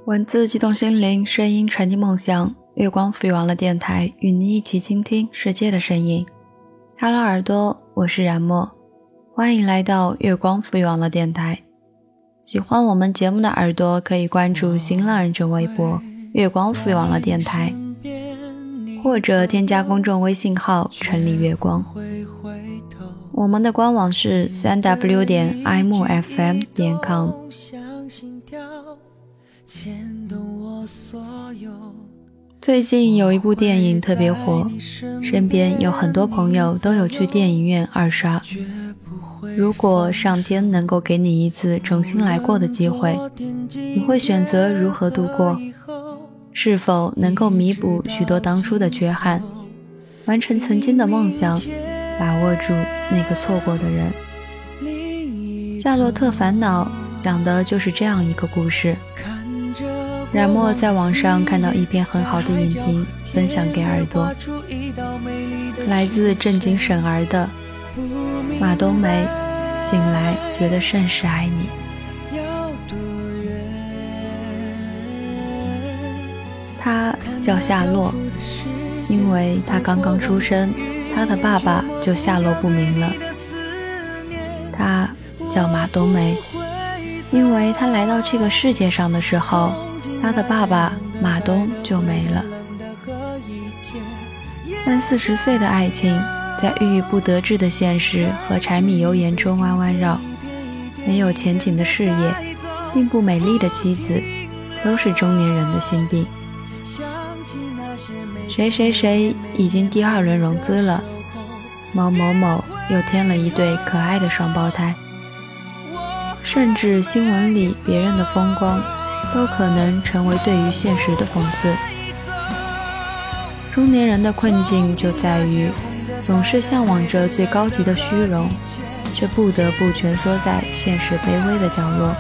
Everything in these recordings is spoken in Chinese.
文字激动心灵，声音传递梦想。月光赋予网络电台，与你一起倾听世界的声音。Hello， 耳朵，我是冉墨，欢迎来到月光赋予网络电台。喜欢我们节目的耳朵，可以关注新浪认证微博月光赋予网络电台，或者添加公众微信号城里月光。我们的官网是 3w.imufm.com。最近有一部电影特别火，身边有很多朋友都有去电影院二刷。如果上天能够给你一次重新来过的机会，你会选择如何度过？是否能够弥补许多当初的缺憾，完成曾经的梦想，把握住那个错过的人？夏洛特烦恼讲的就是这样一个故事。冉墨在网上看到一篇很好的影评，分享给耳朵，来自震惊沈儿的马冬梅，醒来觉得甚是爱你。他叫夏洛，因为他刚刚出生，他的爸爸就下落不明了。他叫马冬梅，因为他来到这个世界上的时候，他的爸爸马东就没了。30-40岁的爱情，在郁郁不得志的现实和柴米油盐中弯弯绕，没有前景的事业，并不美丽的妻子，都是中年人的心病。谁已经第2轮融资了，某某某又添了一对可爱的双胞胎，甚至新闻里别人的风光都可能成为对于现实的讽刺。中年人的困境就在于总是向往着最高级的虚荣，却不得不蜷缩在现实卑微的角落。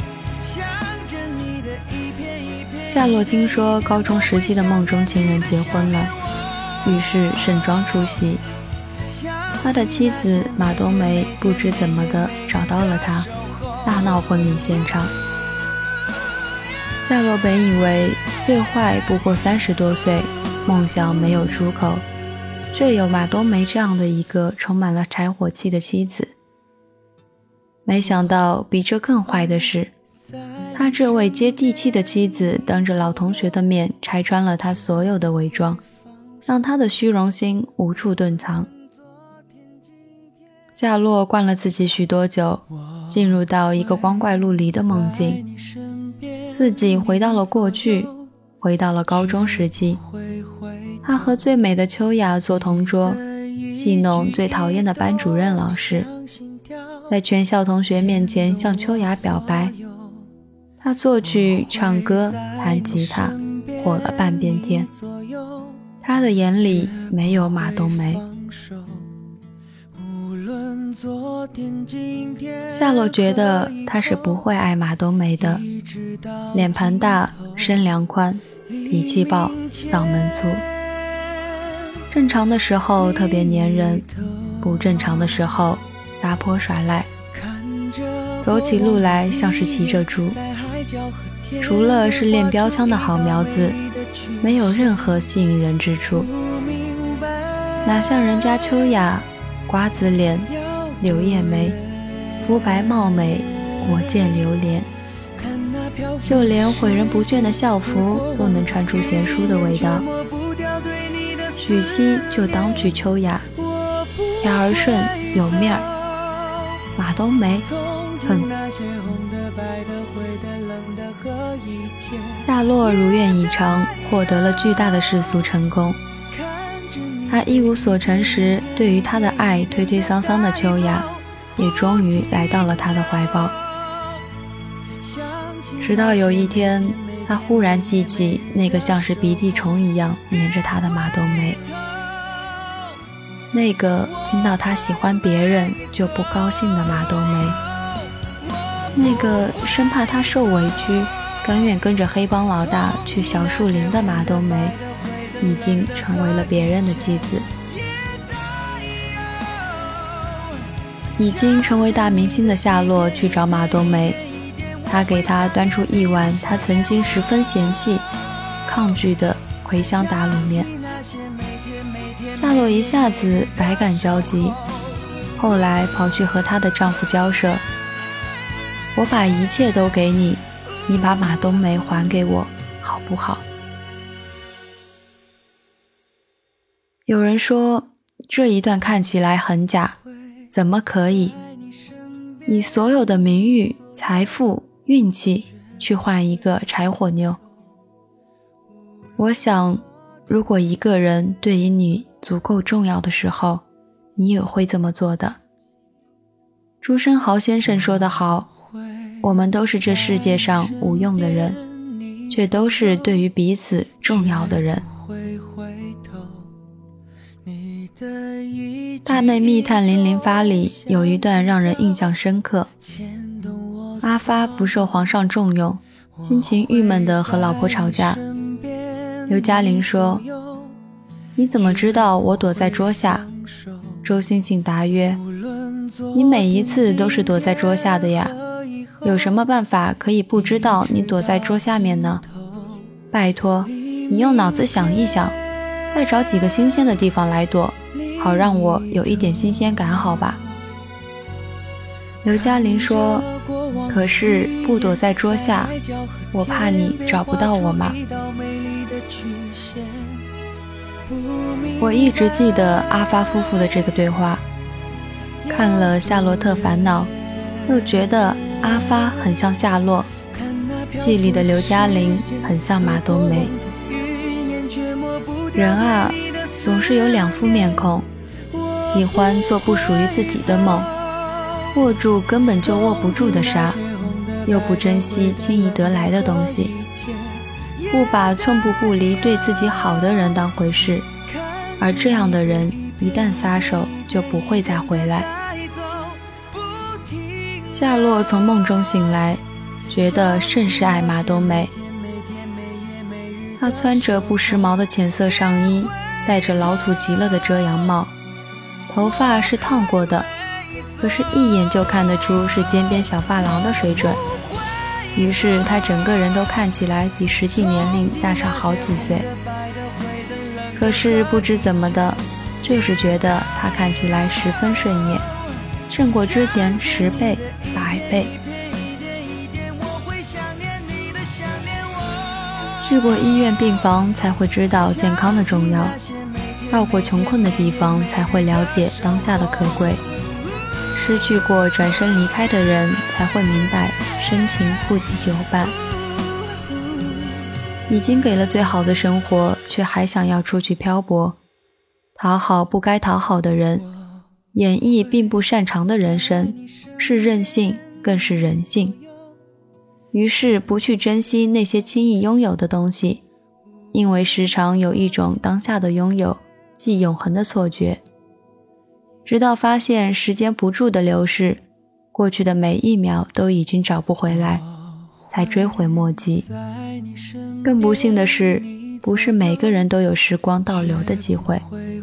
夏洛听说高中时期的梦中情人结婚了，于是盛装出席。他的妻子马冬梅不知怎么的找到了他，大闹婚礼现场。夏洛本以为最坏不过30多岁，梦想没有出口，却有马冬梅这样的一个充满了柴火气的妻子。没想到比这更坏的是，他这位接地气的妻子当着老同学的面拆穿了他所有的伪装，让他的虚荣心无处遁藏。夏洛灌了自己许多酒，进入到一个光怪陆离的梦境，自己回到了过去，回到了高中时期。他和最美的秋雅做同桌，戏弄最讨厌的班主任老师，在全校同学面前向秋雅表白。他作曲、唱歌、弹吉他，火了半边天。他的眼里没有马冬梅。夏洛觉得他是不会爱马冬梅的，脸盘大，身量宽，脾气暴，嗓门粗。正常的时候特别粘人，不正常的时候撒泼耍赖，走起路来像是骑着猪。除了是练标枪的好苗子，没有任何吸引人之处。哪像人家秋雅，瓜子脸，柳叶眉，肤白貌美，国见流连，就连诲人不倦的校服都能传出贤淑的味道。娶妻就当娶秋雅，条儿顺，有面儿。马冬梅，哼。夏洛如愿以偿，获得了巨大的世俗成功。他一无所成时，对于他的爱推推搡搡的秋雅，也终于来到了他的怀抱。直到有一天，他忽然记起那个像是鼻涕虫一样黏着他的马冬梅，那个听到他喜欢别人就不高兴的马冬梅，那个生怕他受委屈，甘愿跟着黑帮老大去小树林的马冬梅，已经成为了别人的妻子。已经成为大明星的夏洛去找马冬梅，他他给他端出一碗他曾经十分嫌弃、抗拒的茴香打卤面。夏洛一下子百感交集，后来跑去和她的丈夫交涉：我把一切都给你，你把马冬梅还给我，好不好？有人说，这一段看起来很假，怎么可以？你所有的名誉、财富、运气去换一个柴火妞。我想，如果一个人对于你足够重要的时候，你也会这么做的。朱生豪先生说得好，我们都是这世界上无用的人，却都是对于彼此重要的人。大内密探零零发里有一段让人印象深刻。阿发不受皇上重用，心情郁闷地和老婆吵架。刘嘉玲说：你怎么知道我躲在桌下？周星星答曰：你每一次都是躲在桌下的呀，有什么办法可以不知道你躲在桌下面呢？拜托，你用脑子想一想，再找几个新鲜的地方来躲，好让我有一点新鲜感，好吧？刘嘉玲说：可是不躲在桌下，我怕你找不到我嘛。我一直记得阿发夫妇的这个对话，看了《夏洛特烦恼》，又觉得阿发很像夏洛，戏里的刘嘉玲很像马冬梅。人啊，总是有两副面孔，喜欢做不属于自己的梦，握住根本就握不住的沙，又不珍惜轻易得来的东西，不把寸步不离对自己好的人当回事，而这样的人一旦撒手就不会再回来。夏洛从梦中醒来，觉得甚是爱马冬梅。她穿着不时髦的浅色上衣，戴着老土极了的遮阳帽，头发是烫过的，可是一眼就看得出是尖边小发廊的水准，于是她整个人都看起来比实际年龄大上好几岁。可是不知怎么的，就是觉得她看起来十分顺眼，胜过之前10倍、100倍。去过医院病房才会知道健康的重要，到过穷困的地方才会了解当下的可贵，失去过转身离开的人才会明白深情不及久伴。已经给了最好的生活，却还想要出去漂泊，讨好不该讨好的人，演绎并不擅长的人生，是任性更是人性。于是不去珍惜那些轻易拥有的东西，因为时常有一种当下的拥有即永恒的错觉，直到发现时间不住的流逝，过去的每一秒都已经找不回来，才追悔莫及。更不幸的是，不是每个人都有时光倒流的机会。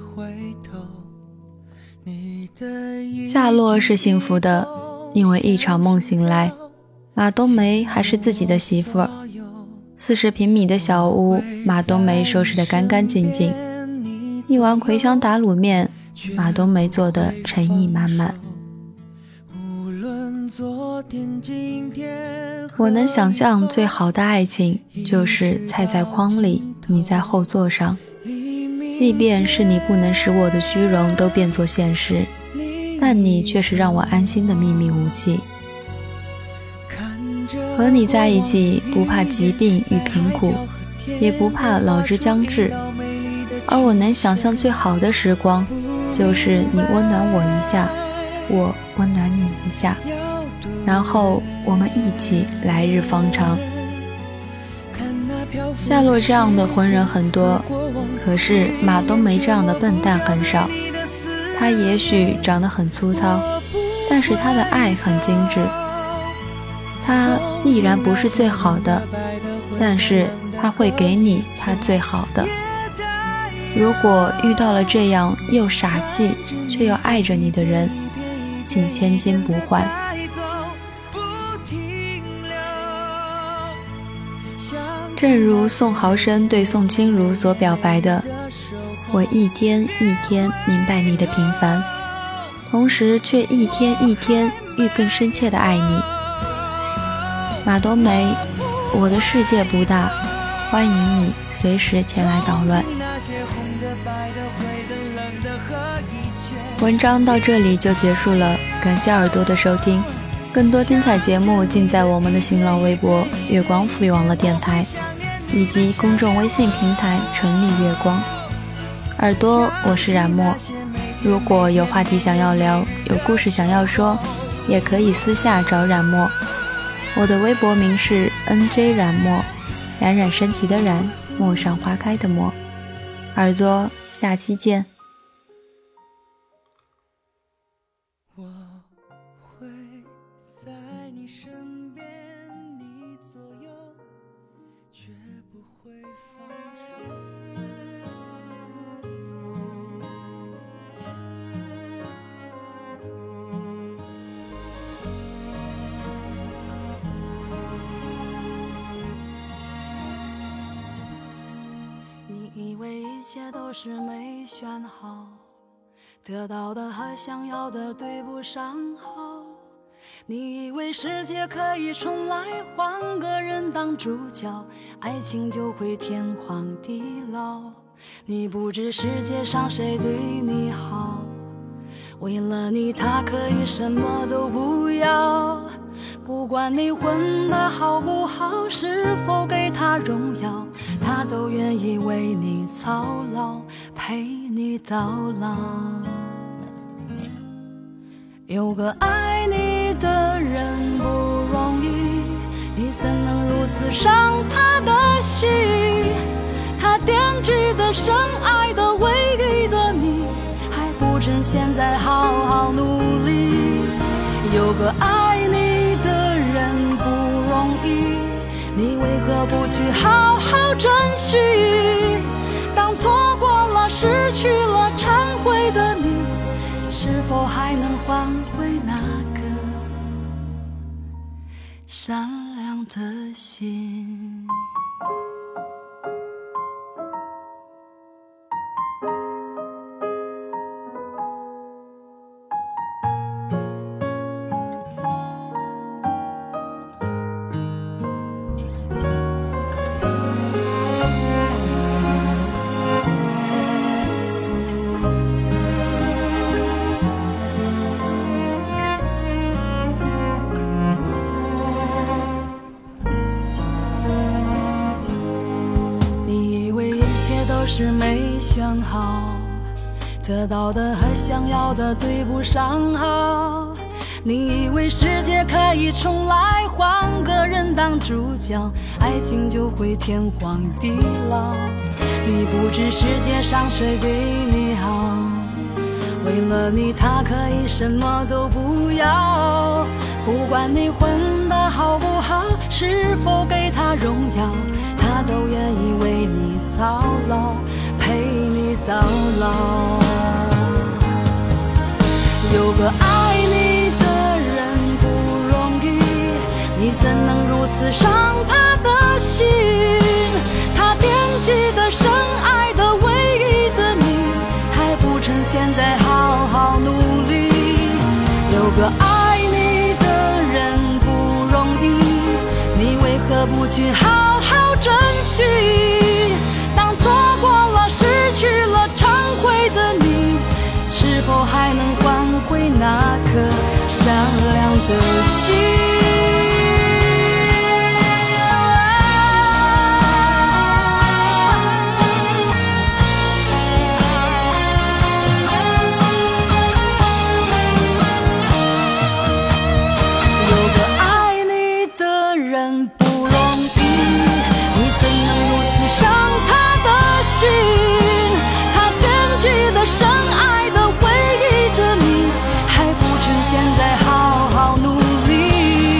夏洛是幸福的，因为一场梦醒来，马冬梅还是自己的媳妇儿，40平米的小屋，马冬梅收拾得干干净净，一碗茴香打卤面，马冬梅做的诚意满满。我能想象最好的爱情，就是菜在筐里，你在后座上，即便是你不能使我的虚荣都变作现实，但你却是让我安心的秘密武器。和你在一起，不怕疾病与贫苦，也不怕老之将至，而我能想象最好的时光，就是你温暖我一下，我温暖你一下，然后我们一起来日方长。夏洛这样的浑人很多，可是马冬梅这样的笨蛋很少。她也许长得很粗糙，但是她的爱很精致。她必然不是最好的，但是她会给你她最好的。如果遇到了这样又傻气却又爱着你的人，请千金不换。 正如宋豪生对宋清如所表白的，我一天一天明白你的平凡，同时却一天一天愈更深切地爱你。马冬梅，我的世界不大，欢迎你随时前来捣乱。文章到这里就结束了，感谢耳朵的收听，更多精彩节目尽在我们的新浪微博月光赋予网络电台以及公众微信平台纯丽月光。耳朵，我是冉墨，如果有话题想要聊，有故事想要说，也可以私下找冉墨。我的微博名是 NJ 冉墨，冉冉升起的冉，陌上花开的陌。耳朵，下期见。 我会在你身边，你左右，绝不会放手。 你以为一切都是没选好，得到的和想要的对不上号，你以为世界可以重来，换个人当主角，爱情就会天荒地老。你不知世界上谁对你好，为了你他可以什么都不要，不管你混得好不好，是否给他荣耀，他都愿意为你操劳，陪你到老。有个爱你的人不容易，你怎能如此伤他的心？他惦记的深爱的唯一的你，还不趁现在好好努力。有个爱你的人不容易，你为何不去好好珍惜？当错过了失去了忏悔的你，是否还能换回那个善良的心？都是没选好，得到的和想要的对不上号，你以为世界可以重来，换个人当主角，爱情就会天荒地老。你不知世界上谁对你好，为了你他可以什么都不要，不管你混得好不好，是否给他荣耀，他都愿意为你操劳，陪你到老。有个爱你的人不容易，你怎能如此伤他的心？他惦记的深爱的唯一的你，还不趁现在好好努力。有个爱你的人不容易，你为何不去好好珍惜？当错过了失去了忏悔的你，是否还能换回那颗善良的心？深爱的唯一的你，还不趁现在好好努力。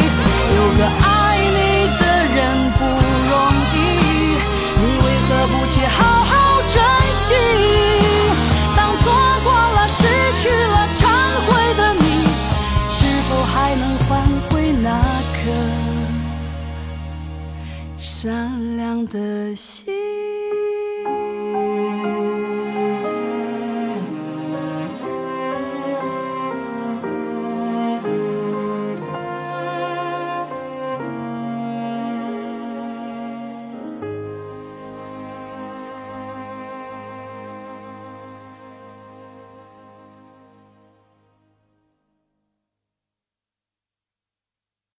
样的心。